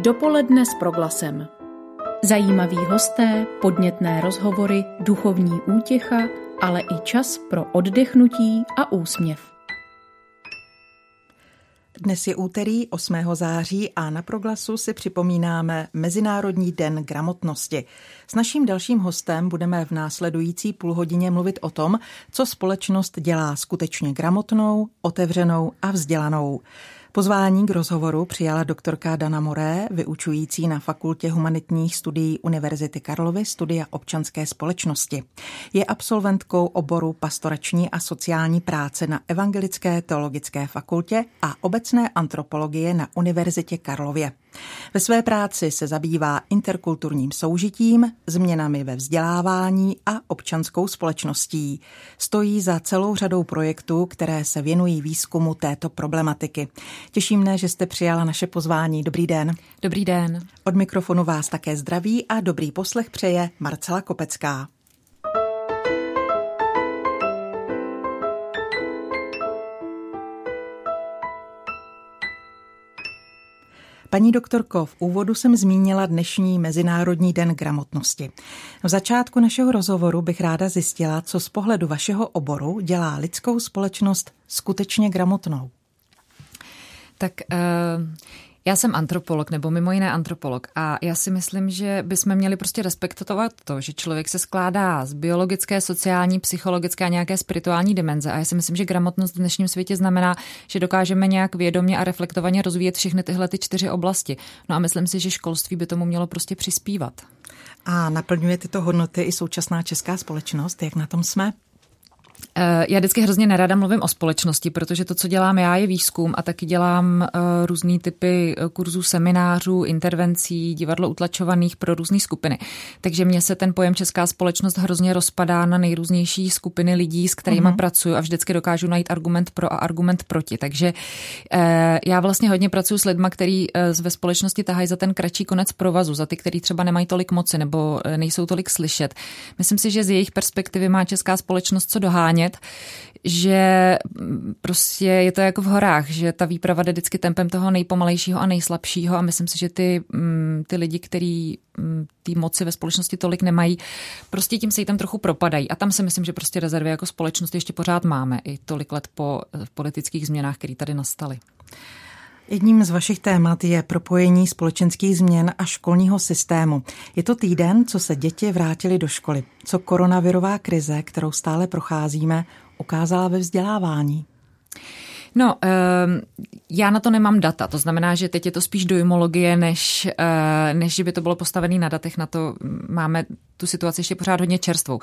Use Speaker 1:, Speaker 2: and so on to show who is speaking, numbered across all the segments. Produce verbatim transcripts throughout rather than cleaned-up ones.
Speaker 1: Dopoledne s Proglasem. Zajímaví hosté, podnětné rozhovory, duchovní útěcha, ale i čas pro oddechnutí a úsměv.
Speaker 2: Dnes je úterý osmého září a na Proglasu si připomínáme Mezinárodní den gramotnosti. S naším dalším hostem budeme v následující půlhodině mluvit o tom, co společnost dělá skutečně gramotnou, otevřenou a vzdělanou. Pozvání k rozhovoru přijala doktorka Dana Moré, vyučující na Fakultě humanitních studií Univerzity Karlovy studia občanské společnosti. Je absolventkou oboru pastorační a sociální práce na Evangelické teologické fakultě a obecné antropologie na Univerzitě Karlově. Ve své práci se zabývá interkulturním soužitím, změnami ve vzdělávání a občanskou společností. Stojí za celou řadou projektů, které se věnují výzkumu této problematiky. Těší mne, že jste přijala naše pozvání. Dobrý den.
Speaker 3: Dobrý den.
Speaker 2: Od mikrofonu vás také zdraví a dobrý poslech přeje Marcela Kopecká. Paní doktorko, v úvodu jsem zmínila dnešní Mezinárodní den gramotnosti. V začátku našeho rozhovoru bych ráda zjistila, co z pohledu vašeho oboru dělá lidskou společnost skutečně gramotnou.
Speaker 3: Tak uh, já jsem antropolog, nebo mimo jiné antropolog, a já si myslím, že bychom měli prostě respektovat to, že člověk se skládá z biologické, sociální, psychologické a nějaké spirituální dimenze. A já si myslím, že gramotnost v dnešním světě znamená, že dokážeme nějak vědomě a reflektovaně rozvíjet všechny tyhle ty čtyři oblasti. No a myslím si, že školství by tomu mělo prostě přispívat.
Speaker 2: A naplňuje tyto hodnoty i současná česká společnost? Jak na tom jsme?
Speaker 3: Já vždycky hrozně nerada mluvím o společnosti, protože to, co dělám já, je výzkum a taky dělám uh, různý typy kurzů, seminářů, intervencí, divadlo utlačovaných pro různé skupiny. Takže mně se ten pojem česká společnost hrozně rozpadá na nejrůznější skupiny lidí, s kterými uh-huh. pracuji a vždycky dokážu najít argument pro a argument proti. Takže uh, já vlastně hodně pracuji s lidma, kteří uh, ve společnosti tahají za ten kratší konec provazu, za ty, kteří třeba nemají tolik moci nebo uh, nejsou tolik slyšet. Myslím si, že z jejich perspektivy má česká společnost co dohánět, že prostě je to jako v horách, že ta výprava jde vždycky tempem toho nejpomalejšího a nejslabšího a myslím si, že ty, ty lidi, kteří ty moci ve společnosti tolik nemají, prostě tím se jí tam trochu propadají a tam si myslím, že prostě rezervy jako společnost ještě pořád máme i tolik let po politických změnách, které tady nastaly.
Speaker 2: Jedním z vašich témat je propojení společenských změn a školního systému. Je to týden, co se děti vrátily do školy. Co koronavirová krize, kterou stále procházíme, ukázala ve vzdělávání?
Speaker 3: No, já na to nemám data, to znamená, že teď je to spíš dojmologie, než, než že by to bylo postavené na datech, na to máme tu situaci ještě pořád hodně čerstvou.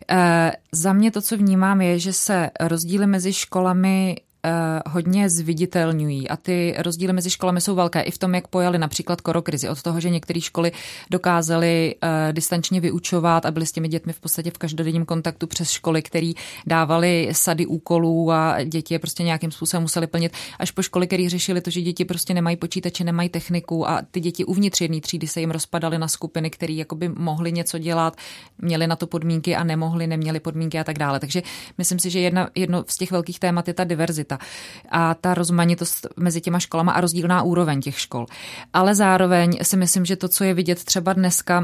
Speaker 3: Za mě to, co vnímám, je, že se rozdíly mezi školami hodně zviditelňují a ty rozdíly mezi školami jsou velké i v tom, jak pojali například korokrizi. Od toho, že některé školy dokázaly uh, distančně vyučovat a byly s těmi dětmi v podstatě v každodenním kontaktu přes školy, které dávaly sady úkolů a děti je prostě nějakým způsobem museli plnit, až po školy, které řešily to, že děti prostě nemají počítače, nemají techniku a ty děti uvnitř jedné třídy se jim rozpadaly na skupiny, které jakoby mohly něco dělat, měly na to podmínky a nemohly, neměly podmínky a tak dále. Takže myslím si, že jedna, jedno z těch velkých témat je ta diverzita a ta rozmanitost mezi těma školama a rozdílná úroveň těch škol. Ale zároveň si myslím, že to, co je vidět třeba dneska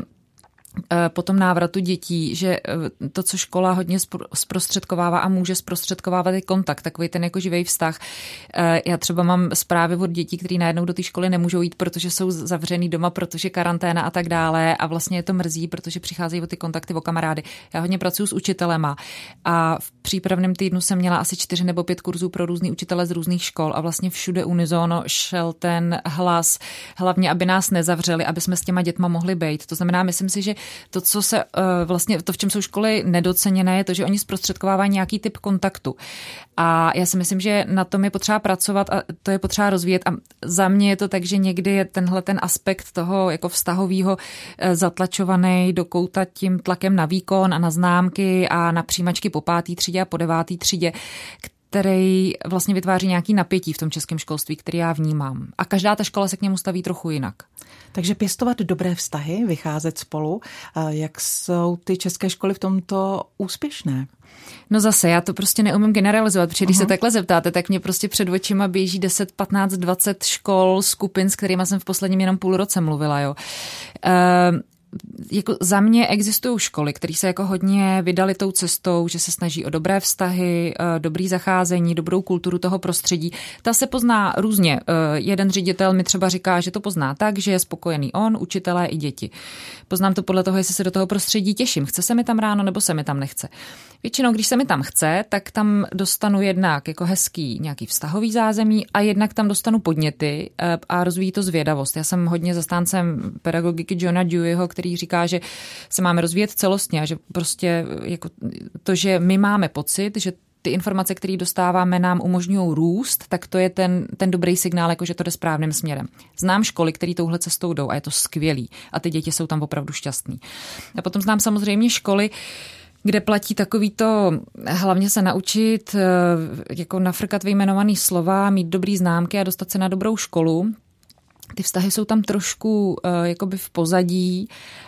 Speaker 3: po tom návratu dětí, že to, co škola hodně zprostředkovává a může zprostředkovávat, je kontakt, takový ten jako živý vztah. Já třeba mám zprávy od dětí, kteří najednou do té školy nemůžou jít, protože jsou zavřený doma, protože karanténa a tak dále a vlastně je to mrzí, protože přicházejí o ty kontakty, o kamarády. Já hodně pracuji s učitelema a v přípravném týdnu jsem měla asi čtyři nebo pět kurzů pro různý učitele z různých škol a vlastně všude unisono šel ten hlas, hlavně, aby nás nezavřeli, aby jsme s těma dětma mohli být. To znamená, myslím si, že to, co se vlastně, to, v čem jsou školy nedoceněné, je to, že oni zprostředkovávají nějaký typ kontaktu. A já si myslím, že na tom je potřeba pracovat a to je potřeba rozvíjet. A za mě je to tak, že někdy je tenhle ten aspekt toho jako vztahového zatlačovaný do kouta tím tlakem na výkon a na známky a na přijímačky po pátý třídě a po devátý třídě, který vlastně vytváří nějaký napětí v tom českém školství, který já vnímám. A každá ta škola se k němu staví trochu jinak.
Speaker 2: Takže pěstovat dobré vztahy, vycházet spolu. Jak jsou ty české školy v tomto úspěšné?
Speaker 3: No zase, já to prostě neumím generalizovat, protože když uh-huh. se takhle zeptáte, tak mě prostě před očima běží deset, patnáct, dvacet škol, skupin, s kterými jsem v posledním jenom půl roce mluvila, jo. Uh, Jako za mě existují školy, které se jako hodně vydali tou cestou, že se snaží o dobré vztahy, dobrý zacházení, dobrou kulturu toho prostředí. Ta se pozná různě. Jeden ředitel mi třeba říká, že to pozná tak, že je spokojený on, učitelé i děti. Poznám to podle toho, jestli se do toho prostředí těším. Chce se mi tam ráno, nebo se mi tam nechce. Většinou, když se mi tam chce, tak tam dostanu jednak jako hezký nějaký vztahový zázemí a jednak tam dostanu podněty a rozvíjí to zvědavost. Já jsem hodně zastáncem pedagogiky Johna Deweyho, který říká, že se máme rozvíjet celostně a že prostě jako to, že my máme pocit, že ty informace, které dostáváme, nám umožňují růst, tak to je ten, ten dobrý signál, jako že to jde správným směrem. Znám školy, které touhle cestou jdou a je to skvělý a ty děti jsou tam opravdu šťastný. A potom znám samozřejmě školy, kde platí takový to, hlavně se naučit jako nafrkat vyjmenovaný slova, mít dobrý známky a dostat se na dobrou školu. Ty vztahy jsou tam trošku uh, jakoby v pozadí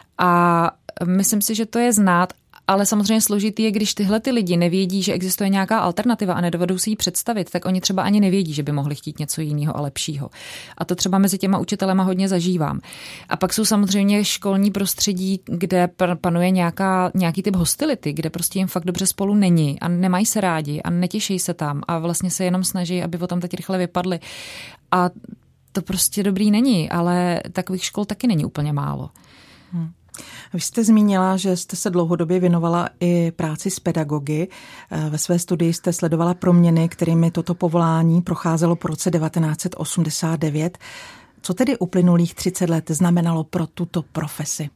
Speaker 3: a myslím si, že to je znát, ale samozřejmě složitý je, když tyhle ty lidi nevědí, že existuje nějaká alternativa a nedovedou si ji představit, tak oni třeba ani nevědí, že by mohli chtít něco jiného a lepšího. A to třeba mezi těma učitelema hodně zažívám. A pak jsou samozřejmě školní prostředí, kde panuje nějaká, nějaký typ hostility, kde prostě jim fakt dobře spolu není a nemají se rádi a netěší se tam a vlastně se jenom snaží, aby o tam teď rychle vypadli. A to prostě dobrý není, ale takových škol taky není úplně málo.
Speaker 2: Hmm. Vy jste zmínila, že jste se dlouhodobě věnovala i práci s pedagogy. Ve své studii jste sledovala proměny, kterými toto povolání procházelo po roce devatenáct set osmdesát devět. Co tedy uplynulých třicet let znamenalo pro tuto profesi?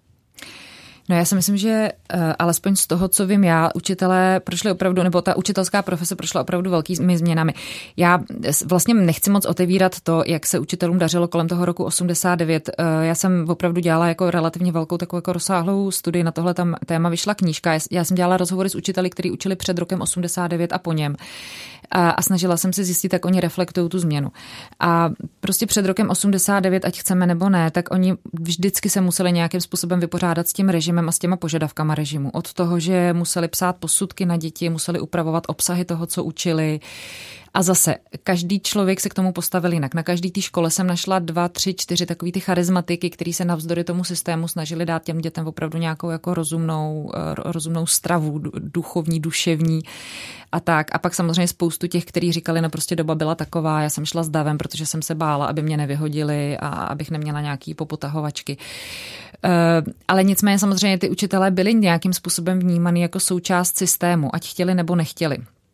Speaker 3: No já si myslím, že uh, alespoň z toho, co vím já, učitelé prošli opravdu, nebo ta učitelská profese prošla opravdu velkými změnami. Já vlastně nechci moc otevírat to, jak se učitelům dařilo kolem toho roku osmdesát devět. Uh, já jsem opravdu dělala jako relativně velkou takovou jako rozsáhlou studii, na tohle tam téma vyšla knížka. Já jsem dělala rozhovory s učiteli, kteří učili před rokem osmdesát devět a po něm. A, a snažila jsem se zjistit, jak oni reflektují tu změnu. A prostě před rokem osmdesát devět, ať chceme nebo ne, tak oni vždycky se museli nějakým způsobem vypořádat s tím režimem a s těma požadavkama režimu. Od toho, že museli psát posudky na děti, museli upravovat obsahy toho, co učili. A zase, každý člověk se k tomu postavil jinak. Na každý té škole jsem našla dva, tři, čtyři takový ty charizmatiky, který se navzdory tomu systému snažili dát těm dětem opravdu nějakou jako rozumnou, rozumnou stravu, duchovní, duševní a tak. A pak samozřejmě spoustu těch, kteří říkali, no prostě doba byla taková, já jsem šla s davem, protože jsem se bála, aby mě nevyhodili a abych neměla nějaký popotahovačky. Ale nicméně samozřejmě ty učitelé byli nějakým způsobem vnímaný jako součást systému, ať chtěli nebo nechtěli.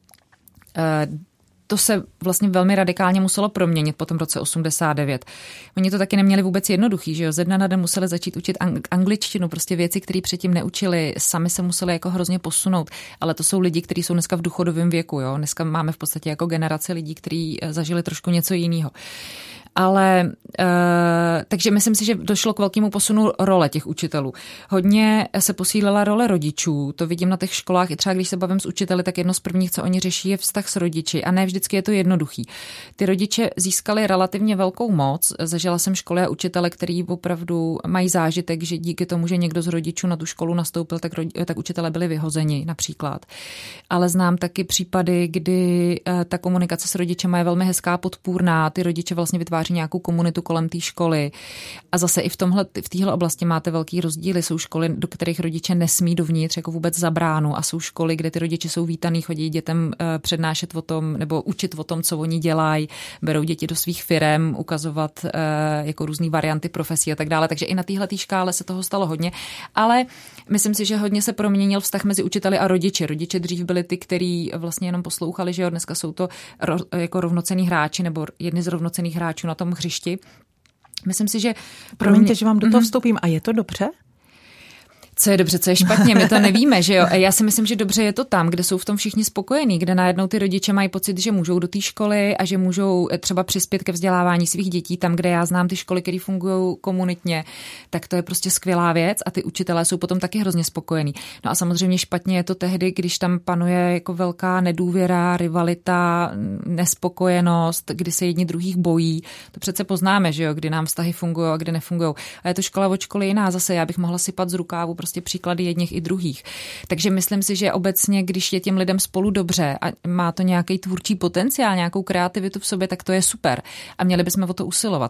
Speaker 3: To se vlastně velmi radikálně muselo proměnit po tom roce osmdesát devět. Oni to taky neměli vůbec jednoduchý, že jo? Ze dne na den museli začít učit angličtinu, prostě věci, které předtím neučili, sami se museli jako hrozně posunout, ale to jsou lidi, kteří jsou dneska v důchodovém věku, jo? Dneska máme v podstatě jako generace lidí, kteří zažili trošku něco jiného. Ale e, takže myslím si, že došlo k velkému posunu role těch učitelů. Hodně se posílila role rodičů, to vidím na těch školách, i třeba když se bavím s učiteli, tak jedno z prvních, co oni řeší, je vztah s rodiči a ne vždycky je to jednoduchý. Ty rodiče získali relativně velkou moc, zažila jsem školy a učitele, který opravdu mají zážitek, že díky tomu, že někdo z rodičů na tu školu nastoupil, tak, rodi, tak učitelé byli vyhozeni například. Ale znám taky případy, kdy ta komunikace s rodičema je velmi hezká, podpůrná, ty rodiče vlastně vytváří nějakou komunitu kolem té školy. A zase i v tomhle, v téhle oblasti máte velký rozdíly. Jsou školy, do kterých rodiče nesmí dovnitř jako vůbec za bránu a jsou školy, kde ty rodiče jsou vítaný, chodí dětem přednášet o tom nebo učit o tom, co oni dělají, berou děti do svých firem, ukazovat jako různý varianty profesí a tak dále. Takže i na téhle škále se toho stalo hodně, ale myslím si, že hodně se proměnil vztah mezi učiteli a rodiči. Rodiče dřív byli ty, kteří vlastně jenom poslouchali, že jo, dneska jsou to jako rovnocenní hráči nebo jedni z rovnocenných hráčů na tom hřišti. Myslím si, že...
Speaker 2: Promiňte, mě... že vám do toho vstoupím. A je to dobře?
Speaker 3: Co je dobře, co je špatně, my to nevíme, že jo. Já si myslím, že dobře je to tam, kde jsou v tom všichni spokojení, kde najednou ty rodiče mají pocit, že můžou do té školy a že můžou třeba přispět ke vzdělávání svých dětí tam, kde já znám ty školy, které fungují komunitně, tak to je prostě skvělá věc a ty učitelé jsou potom taky hrozně spokojení. No a samozřejmě špatně je to tehdy, když tam panuje jako velká nedůvěra, rivalita, nespokojenost, kdy se jedni druhých bojí. To přece poznáme, že jo, kdy nám vztahy fungují a kdy nefungují. A je to škola od školy jiná. Zase já bych mohla sypat z rukávu prostě příklady jedních i druhých. Takže myslím si, že obecně, když je těm lidem spolu dobře a má to nějaký tvůrčí potenciál, nějakou kreativitu v sobě, tak to je super. A měli bychom o to usilovat.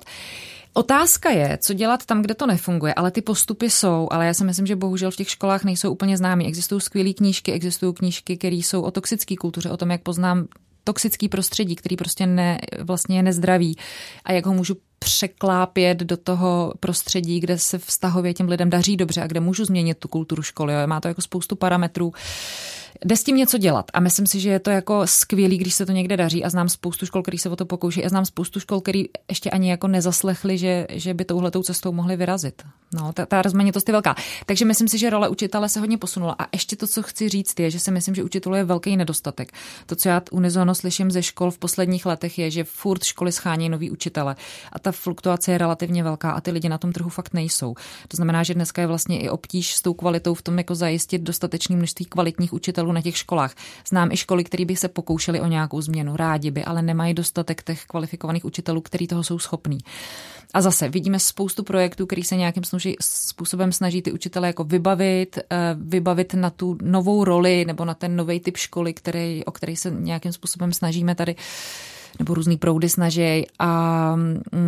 Speaker 3: Otázka je, co dělat tam, kde to nefunguje, ale ty postupy jsou, ale já si myslím, že bohužel v těch školách nejsou úplně známý. Existují skvělé knížky, existují knížky, které jsou o toxické kultuře, o tom, jak poznám toxický prostředí, který prostě ne, vlastně je nezdravý a jak ho můžu překlápět do toho prostředí, kde se vztahově těm lidem daří dobře a kde můžu změnit tu kulturu školy. Jo. Má to jako spoustu parametrů. Jde s tím něco dělat a myslím si, že je to jako skvělý, když se to někde daří a znám spoustu škol, který se o to pokouší a znám spoustu škol, který ještě ani jako nezaslechli, že, že by touhletou cestou mohli vyrazit. No, ta, ta rozmanitost je velká. Takže myslím si, že role učitele se hodně posunula a ještě to, co chci říct, je, že si myslím, že učitelů je velký nedostatek. To, co já unisono slyším ze škol v posledních letech, je, že furt školy schánějí nový učitele a ta fluktuace je relativně velká a ty lidi na tom trhu fakt nejsou. To znamená, že dneska je vlastně i obtíž s tou kvalitou v tom jako zajistit dostatečné množství kvalitních učitelů na těch školách. Znám i školy, které by se pokoušely o nějakou změnu, rádi by, ale nemají dostatek těch kvalifikovaných učitelů, kteří toho jsou schopní. A zase vidíme spoustu projektů, který se nějakým snaží, způsobem snaží ty učitele jako vybavit, vybavit na tu novou roli nebo na ten nový typ školy, který, o který se nějakým způsobem snažíme tady, nebo různý proudy snaží a,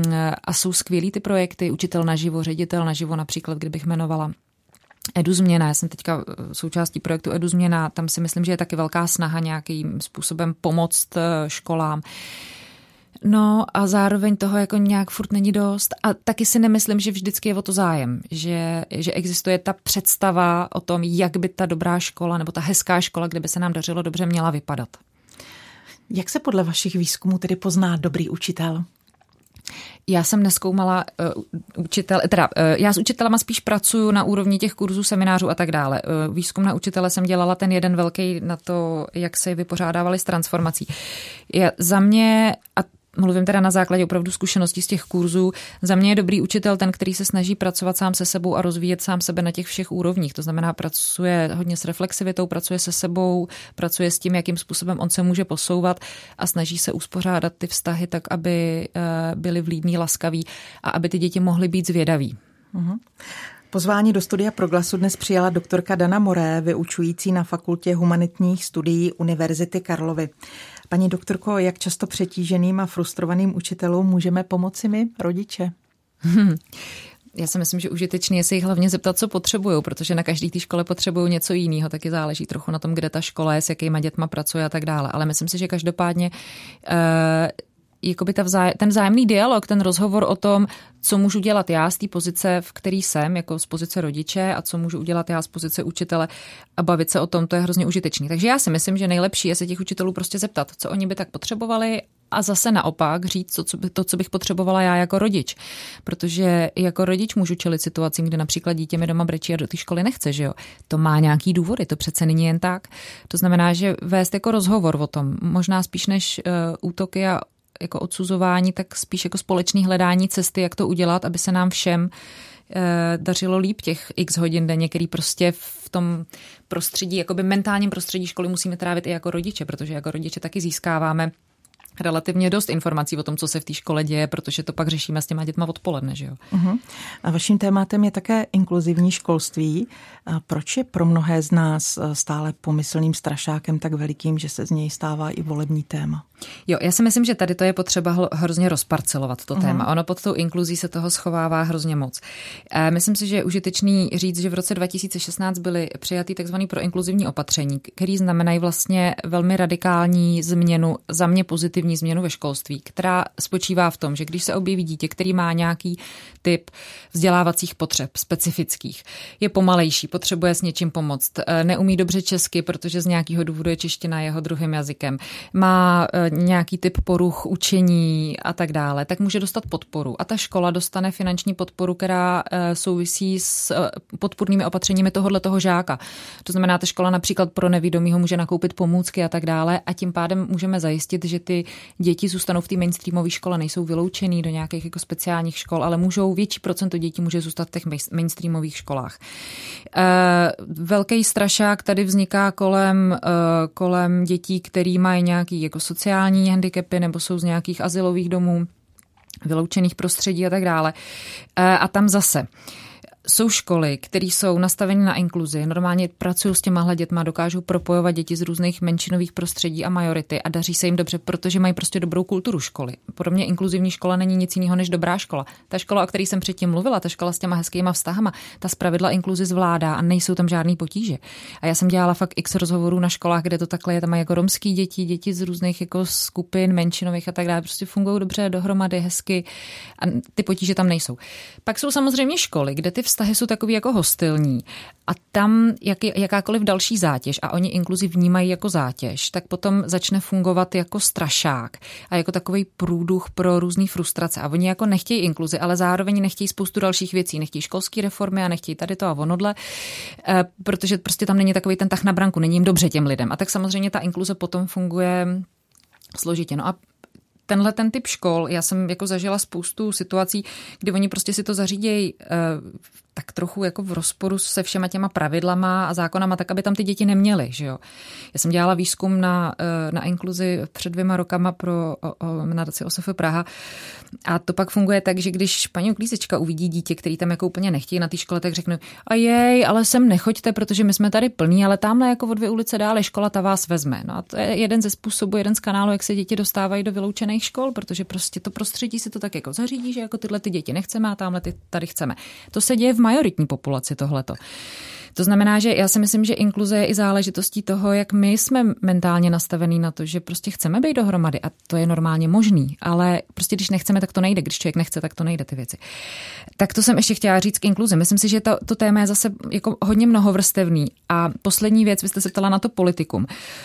Speaker 3: a jsou skvělý ty projekty, učitel naživo, ředitel naživo například, kdybych jmenovala. EduZměna, já jsem teďka součástí projektu EduZměna, tam si myslím, že je taky velká snaha nějakým způsobem pomoct školám. No a zároveň toho jako nějak furt není dost a taky si nemyslím, že vždycky je o to zájem, že, že existuje ta představa o tom, jak by ta dobrá škola nebo ta hezká škola, kde by se nám dařilo dobře, měla vypadat.
Speaker 2: Jak se podle vašich výzkumů tedy pozná dobrý učitel?
Speaker 3: Já jsem nezkoumala uh, učitel, teda uh, já s učitelema spíš pracuju na úrovni těch kurzů, seminářů a tak dále. Uh, výzkum na učitele jsem dělala ten jeden velký na to, jak se vypořádávali s transformací. Je za mě, a mluvím teda na základě opravdu zkušeností z těch kurzů, za mě je dobrý učitel ten, který se snaží pracovat sám se sebou a rozvíjet sám sebe na těch všech úrovních. To znamená, pracuje hodně s reflexivitou, pracuje se sebou, pracuje s tím, jakým způsobem on se může posouvat a snaží se uspořádat ty vztahy tak, aby byly vlídní, laskaví a aby ty děti mohly být zvědaví.
Speaker 2: Uhum. Pozvání do studia Proglasu dnes přijala doktorka Dana Moré, vyučující na Fakultě humanitních studií Univerzity Karlovy. Paní doktorko, jak často přetíženým a frustrovaným učitelům můžeme pomoci my, rodiče?
Speaker 3: Hmm. Já si myslím, že užitečný je se jich hlavně zeptat, co potřebují, protože na každé té škole potřebují něco jiného, taky záleží trochu na tom, kde ta škola je, s jakýma dětma pracuje a tak dále. Ale myslím si, že každopádně uh, jakoby ta vzáj, ten vzájemný dialog, ten rozhovor o tom, co můžu dělat já z té pozice, v který jsem, jako z pozice rodiče a co můžu udělat já z pozice učitele a bavit se o tom, to je hrozně užitečný. Takže já si myslím, že nejlepší je se těch učitelů prostě zeptat, co oni by tak potřebovali a zase naopak říct to, co, by, to, co bych potřebovala já jako rodič. Protože jako rodič můžu čelit situacím, kdy například dítě mi doma brečí a do té školy nechce, že jo. To má nějaký důvody, to přece není jen tak. To znamená, že vést jako rozhovor o tom, možná spíš než uh, útoky a jako odsuzování, tak spíš jako společné hledání cesty, jak to udělat, aby se nám všem e, dařilo líp těch x hodin denně, který prostě v tom prostředí, jakoby mentálním prostředí školy musíme trávit i jako rodiče, protože jako rodiče taky získáváme relativně dost informací o tom, co se v té škole děje, protože to pak řešíme s těma dětma odpoledne, že jo.
Speaker 2: Uh-huh. A vaším tématem je také inkluzivní školství. A proč je pro mnohé z nás stále pomyslným strašákem tak velikým, že se z něj stává i volební téma?
Speaker 3: Jo, já si myslím, že tady to je potřeba hrozně rozparcelovat, to uh-huh. téma. Ono pod tou inkluzí se toho schovává hrozně moc. Myslím si, že je užitečný říct, že v roce dva tisíce šestnáct byly přijatý takzvaný proinkluzivní opatření, který znamenají vlastně velmi radikální změnu, za mě pozitivní kognitivní změnu ve školství, která spočívá v tom, že když se objeví dítě, který má nějaký typ vzdělávacích potřeb specifických, je pomalejší, potřebuje s něčím pomoct, neumí dobře česky, protože z nějakého důvodu je čeština jeho druhým jazykem, má nějaký typ poruch učení a tak dále, tak může dostat podporu. A ta škola dostane finanční podporu, která souvisí s podpůrnými opatřeními tohohle toho žáka. To znamená, ta škola například pro nevidomýho může nakoupit pomůcky a tak dále a tím pádem můžeme zajistit, že ty děti zůstanou v té mainstreamové škole, nejsou vyloučený do nějakých jako speciálních škol, ale můžou, větší procento dětí může zůstat v těch mainstreamových školách. E, velký strašák tady vzniká kolem, e, kolem dětí, který mají nějaký jako sociální handicapy nebo jsou z nějakých azylových domů, vyloučených prostředí a tak dále. E, a tam zase jsou školy, které jsou nastaveny na inkluzi, normálně pracují s těmahle dětma, dokážou propojovat děti z různých menšinových prostředí a majority a daří se jim dobře, protože mají prostě dobrou kulturu školy. Pro mě inkluzivní škola není nic jiného než dobrá škola. Ta škola, o které jsem předtím mluvila, ta škola s těma hezkýma vztahama, ta zpravidla inkluzi zvládá a nejsou tam žádný potíže. A já jsem dělala fakt x rozhovorů na školách, kde to takhle je, tam mají jako romský děti, děti z různých jako skupin menšinových a tak dále, prostě fungují dobře dohromady, hezky a ty potíže tam nejsou. Pak jsou samozřejmě školy, kde ty vztahy jsou takový jako hostilní a tam jak, jakákoliv další zátěž a oni inkluzi vnímají jako zátěž, tak potom začne fungovat jako strašák a jako takový průduch pro různý frustrace. A oni jako nechtějí inkluzi, ale zároveň nechtějí spoustu dalších věcí. Nechtějí školské reformy a nechtějí tady to a onodle, protože prostě tam není takový ten tah na branku, není jim dobře těm lidem. A tak samozřejmě ta inkluze potom funguje složitě. No a tenhle ten typ škol, já jsem jako zažila spoustu situací, kdy oni prostě si to zařídějí uh, tak trochu jako v rozporu se všema těma pravidlama a zákonama, tak aby tam ty děti neměly, že jo. Já jsem dělala výzkum na, uh, na inkluzi před dvěma rokama pro o, o, nadaci O S F Praha a to pak funguje tak, že když paní uklízečka uvidí dítě, který tam jako úplně nechtějí na té škole, tak řekne, a jej, ale sem nechoďte, protože my jsme tady plní, ale tamhle jako o dvě ulice dále škola, ta vás vezme. No a to je jeden ze způsobů, jeden z kanálů, jak se děti dostávají do vyloučených škol, protože prostě to prostředí si to tak jako zařídí, že jako tyhle ty děti nechceme a tamhle ty tady chceme. To se děje v majoritní populaci tohleto. To znamená, že já si myslím, že inkluze je i záležitostí toho, jak my jsme mentálně nastavení na to, že prostě chceme být dohromady a to je normálně možný, ale prostě když nechceme, tak to nejde, když člověk nechce, tak to nejde ty věci. Tak to jsem ještě chtěla říct k inkluzi. Myslím si, že to, to téma je zase jako hodně mnohovrstevný a poslední věc, vy jste se ptala na to politikum.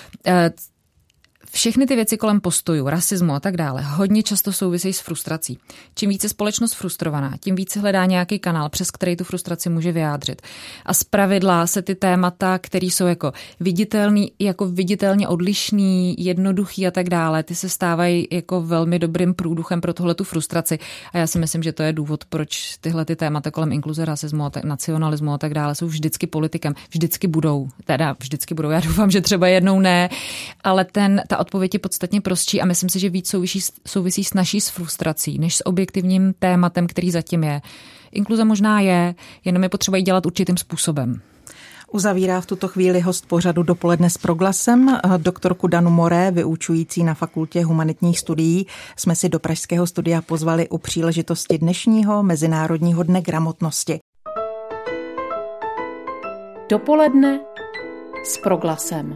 Speaker 3: Všechny ty věci kolem postojů, rasismu a tak dále hodně často souvisejí s frustrací. Čím více společnost frustrovaná, tím více hledá nějaký kanál, přes který tu frustraci může vyjádřit. A zpravidla se ty témata, které jsou jako viditelný, jako viditelně odlišný, jednoduchý a tak dále, ty se stávají jako velmi dobrým průduchem pro tohle tu frustraci. A já si myslím, že to je důvod, proč tyhle ty témata kolem inkluze, rasismu, nacionalismu a tak dále jsou vždycky politikem. Vždycky budou. Teda vždycky budou. Já doufám, že třeba jednou ne, ale ten ta odpověď je podstatně prostší a myslím si, že víc souvisí, souvisí s naší s frustrací, než s objektivním tématem, který zatím je. Inkluze možná je, jenom je potřeba ji dělat určitým způsobem.
Speaker 2: Uzavírá v tuto chvíli host pořadu Dopoledne s Proglasem, doktorku Danu Moré, vyučující na Fakultě humanitních studií. Jsme si do pražského studia pozvali u příležitosti dnešního Mezinárodního dne gramotnosti.
Speaker 1: Dopoledne s Proglasem.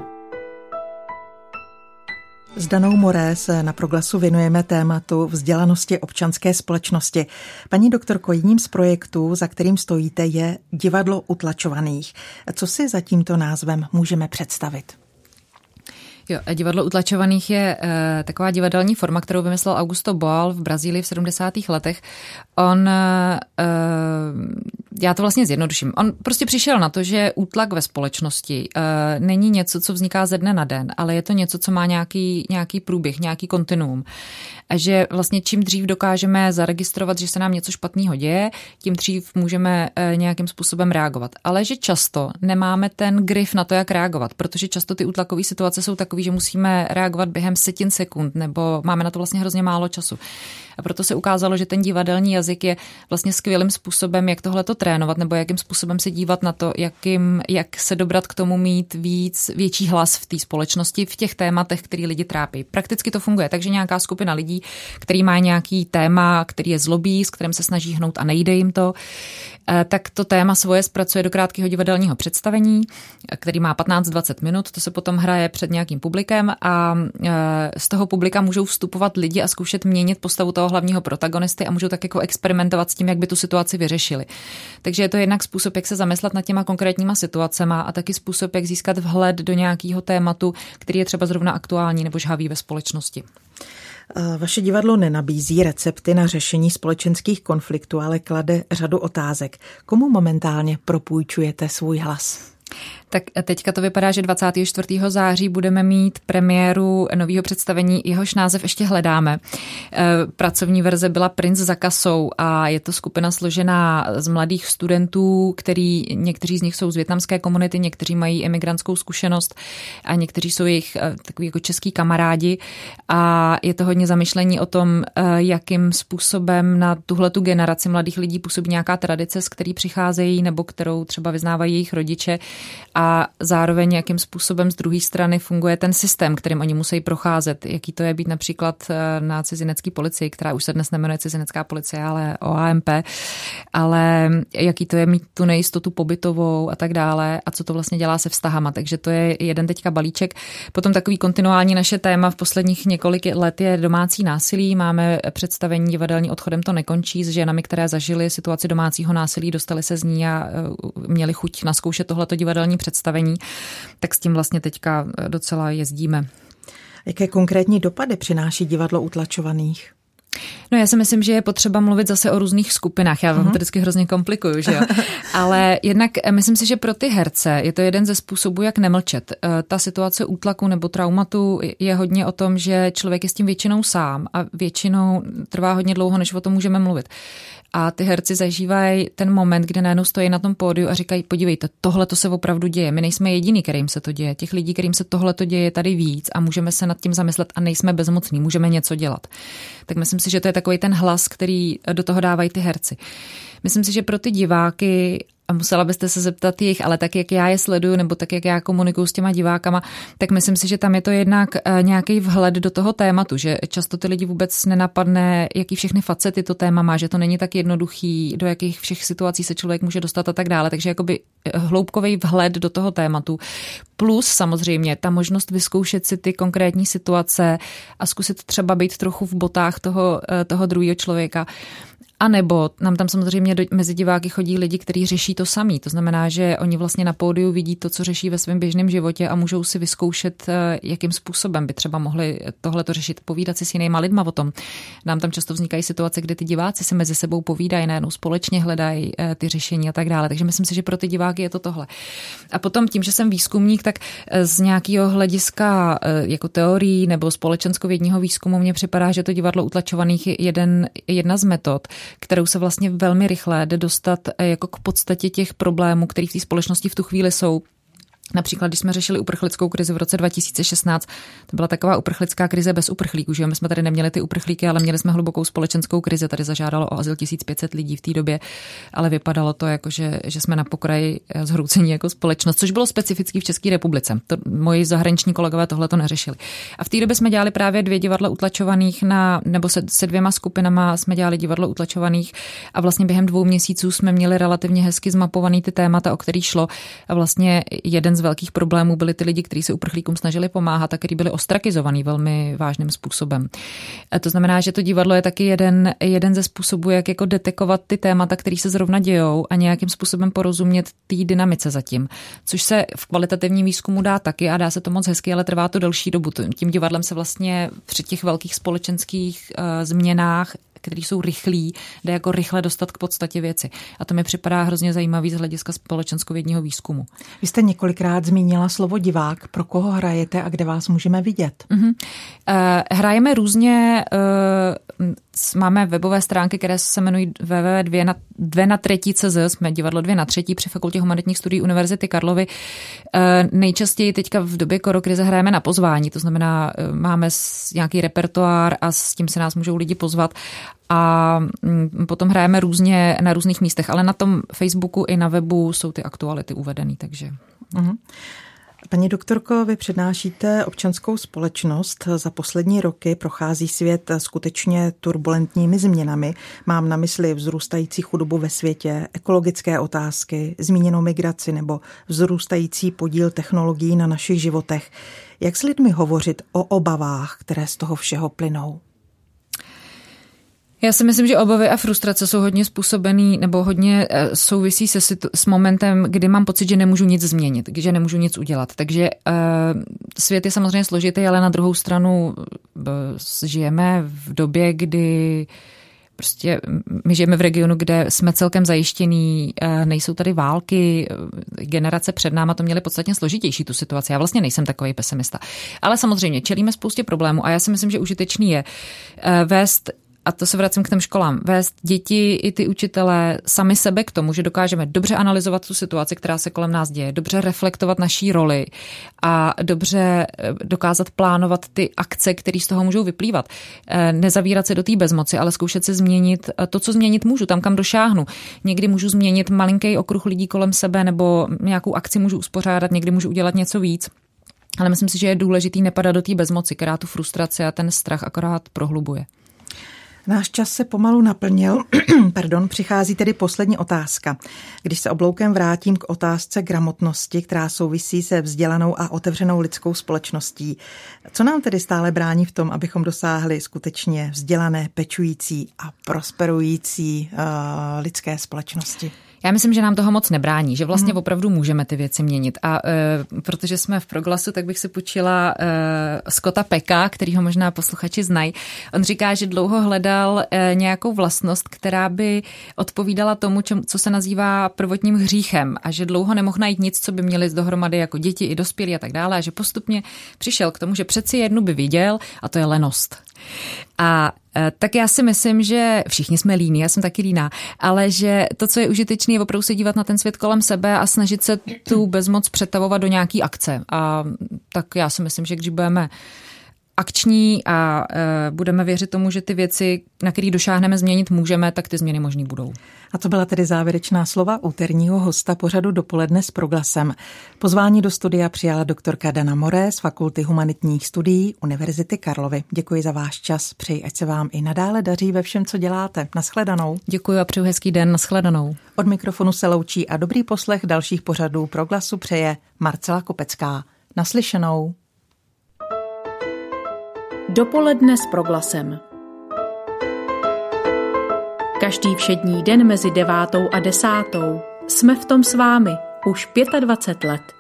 Speaker 2: S Danou Moré se na Proglasu věnujeme tématu vzdělanosti občanské společnosti. Paní doktorko, jedním z projektů, za kterým stojíte, je Divadlo utlačovaných. Co si za tímto názvem můžeme představit?
Speaker 3: Jo, Divadlo utlačovaných je e, taková divadelní forma, kterou vymyslel Augusto Boal v Brazílii v sedmdesátých letech. On, e, já to vlastně zjednoduším, on prostě přišel na to, že útlak ve společnosti e, není něco, co vzniká ze dne na den, ale je to něco, co má nějaký, nějaký průběh, nějaký kontinuum. A že vlastně čím dřív dokážeme zaregistrovat, že se nám něco špatného děje, tím dřív můžeme e, nějakým způsobem reagovat. Ale že často nemáme ten grif na to, jak reagovat, protože často ty útlakové situace jsou takové, že musíme reagovat během setin sekund, nebo máme na to vlastně hrozně málo času. A proto se ukázalo, že ten divadelní jazyk je vlastně skvělým způsobem, jak tohleto trénovat, nebo jakým způsobem se dívat na to, jakým, jak se dobrat k tomu mít víc, větší hlas v té společnosti, v těch tématech, který lidi trápí. Prakticky to funguje, takže nějaká skupina lidí, který má nějaký téma, který je zlobí, s kterým se snaží hnout a nejde jim to, tak to téma svoje zpracuje do krátkého divadelního představení, který má patnáct dvacet minut, to se potom hraje před nějakým publikem a z toho publika můžou vstupovat lidi a zkoušet měnit postavu toho hlavního protagonisty a můžou tak jako experimentovat s tím, jak by tu situaci vyřešili. Takže je to jednak způsob, jak se zamyslet nad těma konkrétníma situacema a taky způsob, jak získat vhled do nějakého tématu, který je třeba zrovna aktuální nebo žhavý ve společnosti.
Speaker 2: Vaše divadlo nenabízí recepty na řešení společenských konfliktů, ale klade řadu otázek. Komu momentálně propůjčujete svůj hlas?
Speaker 3: Tak teďka to vypadá, že dvacátého čtvrtého září budeme mít premiéru nového představení, jehož název ještě hledáme. Pracovní verze byla Princ za kasou a je to skupina složená z mladých studentů, který někteří z nich jsou z vietnamské komunity, někteří mají emigrantskou zkušenost a někteří jsou jejich takový jako český kamarádi a je to hodně zamyšlení o tom, jakým způsobem na tuhletu generaci mladých lidí působí nějaká tradice, z který přicházejí nebo kterou třeba vyznávají jejich rodiče. A zároveň jakým způsobem z druhé strany funguje ten systém, kterým oni musí procházet. Jaký to je být například na cizinecké policii, která už se dnes nemenuje cizinecká policie, ale O A M P, ale jaký to je mít tu nejistotu pobytovou a tak dále a co to vlastně dělá se vztahama. Takže to je jeden teďka balíček. Potom takový kontinuální naše téma v posledních několik let je domácí násilí. Máme představení divadelní Odchodem to nekončí s ženami, které zažily situaci domácího násilí, dostali se z ní a měli chuť naskoušet tohleto divadelní představení, tak s tím vlastně teďka docela jezdíme.
Speaker 2: Jaké konkrétní dopady přináší divadlo utlačovaných?
Speaker 3: No já si myslím, že je potřeba mluvit zase o různých skupinách. Já vám to vždycky hrozně komplikuju, že jo. Ale jednak myslím si, že pro ty herce je to jeden ze způsobů, jak nemlčet. Ta situace útlaku nebo traumatu je hodně o tom, že člověk je s tím většinou sám a většinou trvá hodně dlouho, než o tom můžeme mluvit. A ty herci zažívají ten moment, kdy najednou stojí na tom pódiu a říkají, podívejte, tohle to se opravdu děje. My nejsme jediný, kterým se to děje. Těch lidí, kterým se tohle to děje, je tady víc a můžeme se nad tím zamyslet a nejsme bezmocní, můžeme něco dělat. Tak myslím si, že to je takový ten hlas, který do toho dávají ty herci. Myslím si, že pro ty diváky, a musela byste se zeptat jich, ale tak, jak já je sleduju, nebo tak, jak já komunikuju s těma divákama, tak myslím si, že tam je to jednak nějaký vhled do toho tématu, že často ty lidi vůbec nenapadne, jaký všechny facety to téma má, že to není tak jednoduchý, do jakých všech situací se člověk může dostat a tak dále. Takže jakoby hloubkový vhled do toho tématu. Plus samozřejmě ta možnost vyzkoušet si ty konkrétní situace a zkusit třeba být trochu v botách toho, toho druhého člověka. A nebo nám tam samozřejmě do, mezi diváky chodí lidi, kteří řeší to samý. To znamená, že oni vlastně na pódiu vidí to, co řeší ve svém běžném životě a můžou si vyzkoušet, jakým způsobem by třeba mohli tohleto řešit, povídat si s jinýma lidma o tom. Nám tam často vznikají situace, kdy ty diváci si mezi sebou povídají, najednou společně hledají ty řešení a tak dále. Takže myslím si, že pro ty diváky je to tohle. A potom tím, že jsem výzkumník, tak z nějakého hlediska jako teorií nebo společenskovědního výzkumu mně připadá, že to divadlo utlačovaných je jeden, jedna z metod, kterou se vlastně velmi rychle jde dostat jako k podstatě těch problémů, které v té společnosti v tu chvíli jsou. Například, když jsme řešili uprchlickou krizi v roce dva tisíce šestnáct, to byla taková uprchlická krize bez uprchlíků, že my jsme tady neměli ty uprchlíky, ale měli jsme hlubokou společenskou krizi, tady zažádalo o azyl tisíc pět set lidí v té době, ale vypadalo to jako, že, že jsme na pokraji zhroucení jako společnost, což bylo specifický v České republice. To moji zahraniční kolegové tohle to neřešili. A v té době jsme dělali právě dvě divadla utlačovaných na, nebo se, se dvěma skupinama jsme dělali divadlo utlačovaných a vlastně během dvou měsíců jsme měli relativně hezky zmapovaný ty témata, o kterých šlo a vlastně jeden z velkých problémů byli ty lidi, kteří se uprchlíkům snažili pomáhat a kteří byli ostrakizovaní velmi vážným způsobem. A to znamená, že to divadlo je taky jeden, jeden ze způsobů, jak jako detekovat ty témata, které se zrovna dějou a nějakým způsobem porozumět té dynamice zatím. Což se v kvalitativním výzkumu dá taky a dá se to moc hezky, ale trvá to delší dobu. Tím divadlem se vlastně při těch velkých společenských uh, změnách, které jsou rychlí, jde jako rychle dostat k podstatě věci. A to mi připadá hrozně zajímavý z hlediska společenskovědního výzkumu.
Speaker 2: Vy jste několikrát zmínila slovo divák. Pro koho hrajete a kde vás můžeme vidět?
Speaker 3: Uh-huh. Uh, hrajeme různě uh, máme webové stránky, které se jmenují w w w tečka dvě na třetí tečka cé zet, jsme divadlo dvě na třetí při Fakultě humanitních studií Univerzity Karlovy. Nejčastěji teďka v době korokrize hrajeme na pozvání, to znamená, máme nějaký repertoár a s tím se nás můžou lidi pozvat a potom hrajeme různě na různých místech, ale na tom Facebooku i na webu jsou ty aktuality uvedený, takže...
Speaker 2: Uh-huh. Paní doktorko, vy přednášíte občanskou společnost. Za poslední roky prochází svět skutečně turbulentními změnami. Mám na mysli vzrůstající chudobu ve světě, ekologické otázky, zmíněnou migraci nebo vzrůstající podíl technologií na našich životech. Jak s lidmi hovořit o obavách, které z toho všeho plynou?
Speaker 3: Já si myslím, že obavy a frustrace jsou hodně způsobený nebo hodně souvisí se situ- s momentem, kdy mám pocit, že nemůžu nic změnit, že nemůžu nic udělat. Takže uh, svět je samozřejmě složitý, ale na druhou stranu uh, žijeme v době, kdy prostě my žijeme v regionu, kde jsme celkem zajištění, uh, nejsou tady války, generace před náma to měly podstatně složitější tu situaci. Já vlastně nejsem takový pesimista. Ale samozřejmě čelíme spoustě problémů a já si myslím, že užitečný je uh, vést, a to se vracím k těm školám, vést děti i ty učitelé sami sebe k tomu, že dokážeme dobře analyzovat tu situaci, která se kolem nás děje, dobře reflektovat naší roli a dobře dokázat plánovat ty akce, které z toho můžou vyplývat. Nezavírat se do té bezmoci, ale zkoušet se změnit to, co změnit můžu, tam, kam došáhnu. Někdy můžu změnit malinký okruh lidí kolem sebe nebo nějakou akci můžu uspořádat, někdy můžu udělat něco víc. Ale myslím si, že je důležitý nepadat do té bezmoci, která tu frustraci a ten strach akorát prohlubuje.
Speaker 2: Náš čas se pomalu naplnil. Pardon, přichází tedy poslední otázka. Když se obloukem vrátím k otázce gramotnosti, která souvisí se vzdělanou a otevřenou lidskou společností, co nám tedy stále brání v tom, abychom dosáhli skutečně vzdělané, pečující a prosperující uh, lidské společnosti?
Speaker 3: Já myslím, že nám toho moc nebrání, že vlastně hmm. opravdu můžeme ty věci měnit. A e, protože jsme v Proglasu, tak bych si půjčila e, Scotta Pecka, kterýho možná posluchači znají. On říká, že dlouho hledal e, nějakou vlastnost, která by odpovídala tomu, čem, co se nazývá prvotním hříchem a že dlouho nemohl najít nic, co by měli dohromady jako děti i dospělí a tak dále a že postupně přišel k tomu, že přeci jednu by viděl a to je lenost. A tak já si myslím, že všichni jsme líní, já jsem taky líná, ale že to, co je užitečné, je opravdu se dívat na ten svět kolem sebe a snažit se tu bezmoc přetavovat do nějaký akce. A tak já si myslím, že když budeme akční a e, budeme věřit tomu, že ty věci, na které došáhneme, změnit můžeme, tak ty změny možný budou.
Speaker 2: A to byla tedy závěrečná slova úterního hosta pořadu Dopoledne s Proglasem. Pozvání do studia přijala doktorka Dana Moré z Fakulty humanitních studií Univerzity Karlovy. Děkuji za váš čas, přeji, ať se vám i nadále daří ve všem, co děláte. Naschledanou.
Speaker 3: Děkuji a přeju hezký den, naschledanou.
Speaker 2: Od mikrofonu se loučí a dobrý poslech dalších pořadů Proglasu přeje Marcela Kopecká. Naslyšenou.
Speaker 1: Dopoledne s Proglasem. Každý všední den mezi devátou a desátou jsme v tom s vámi už dvacet pět let.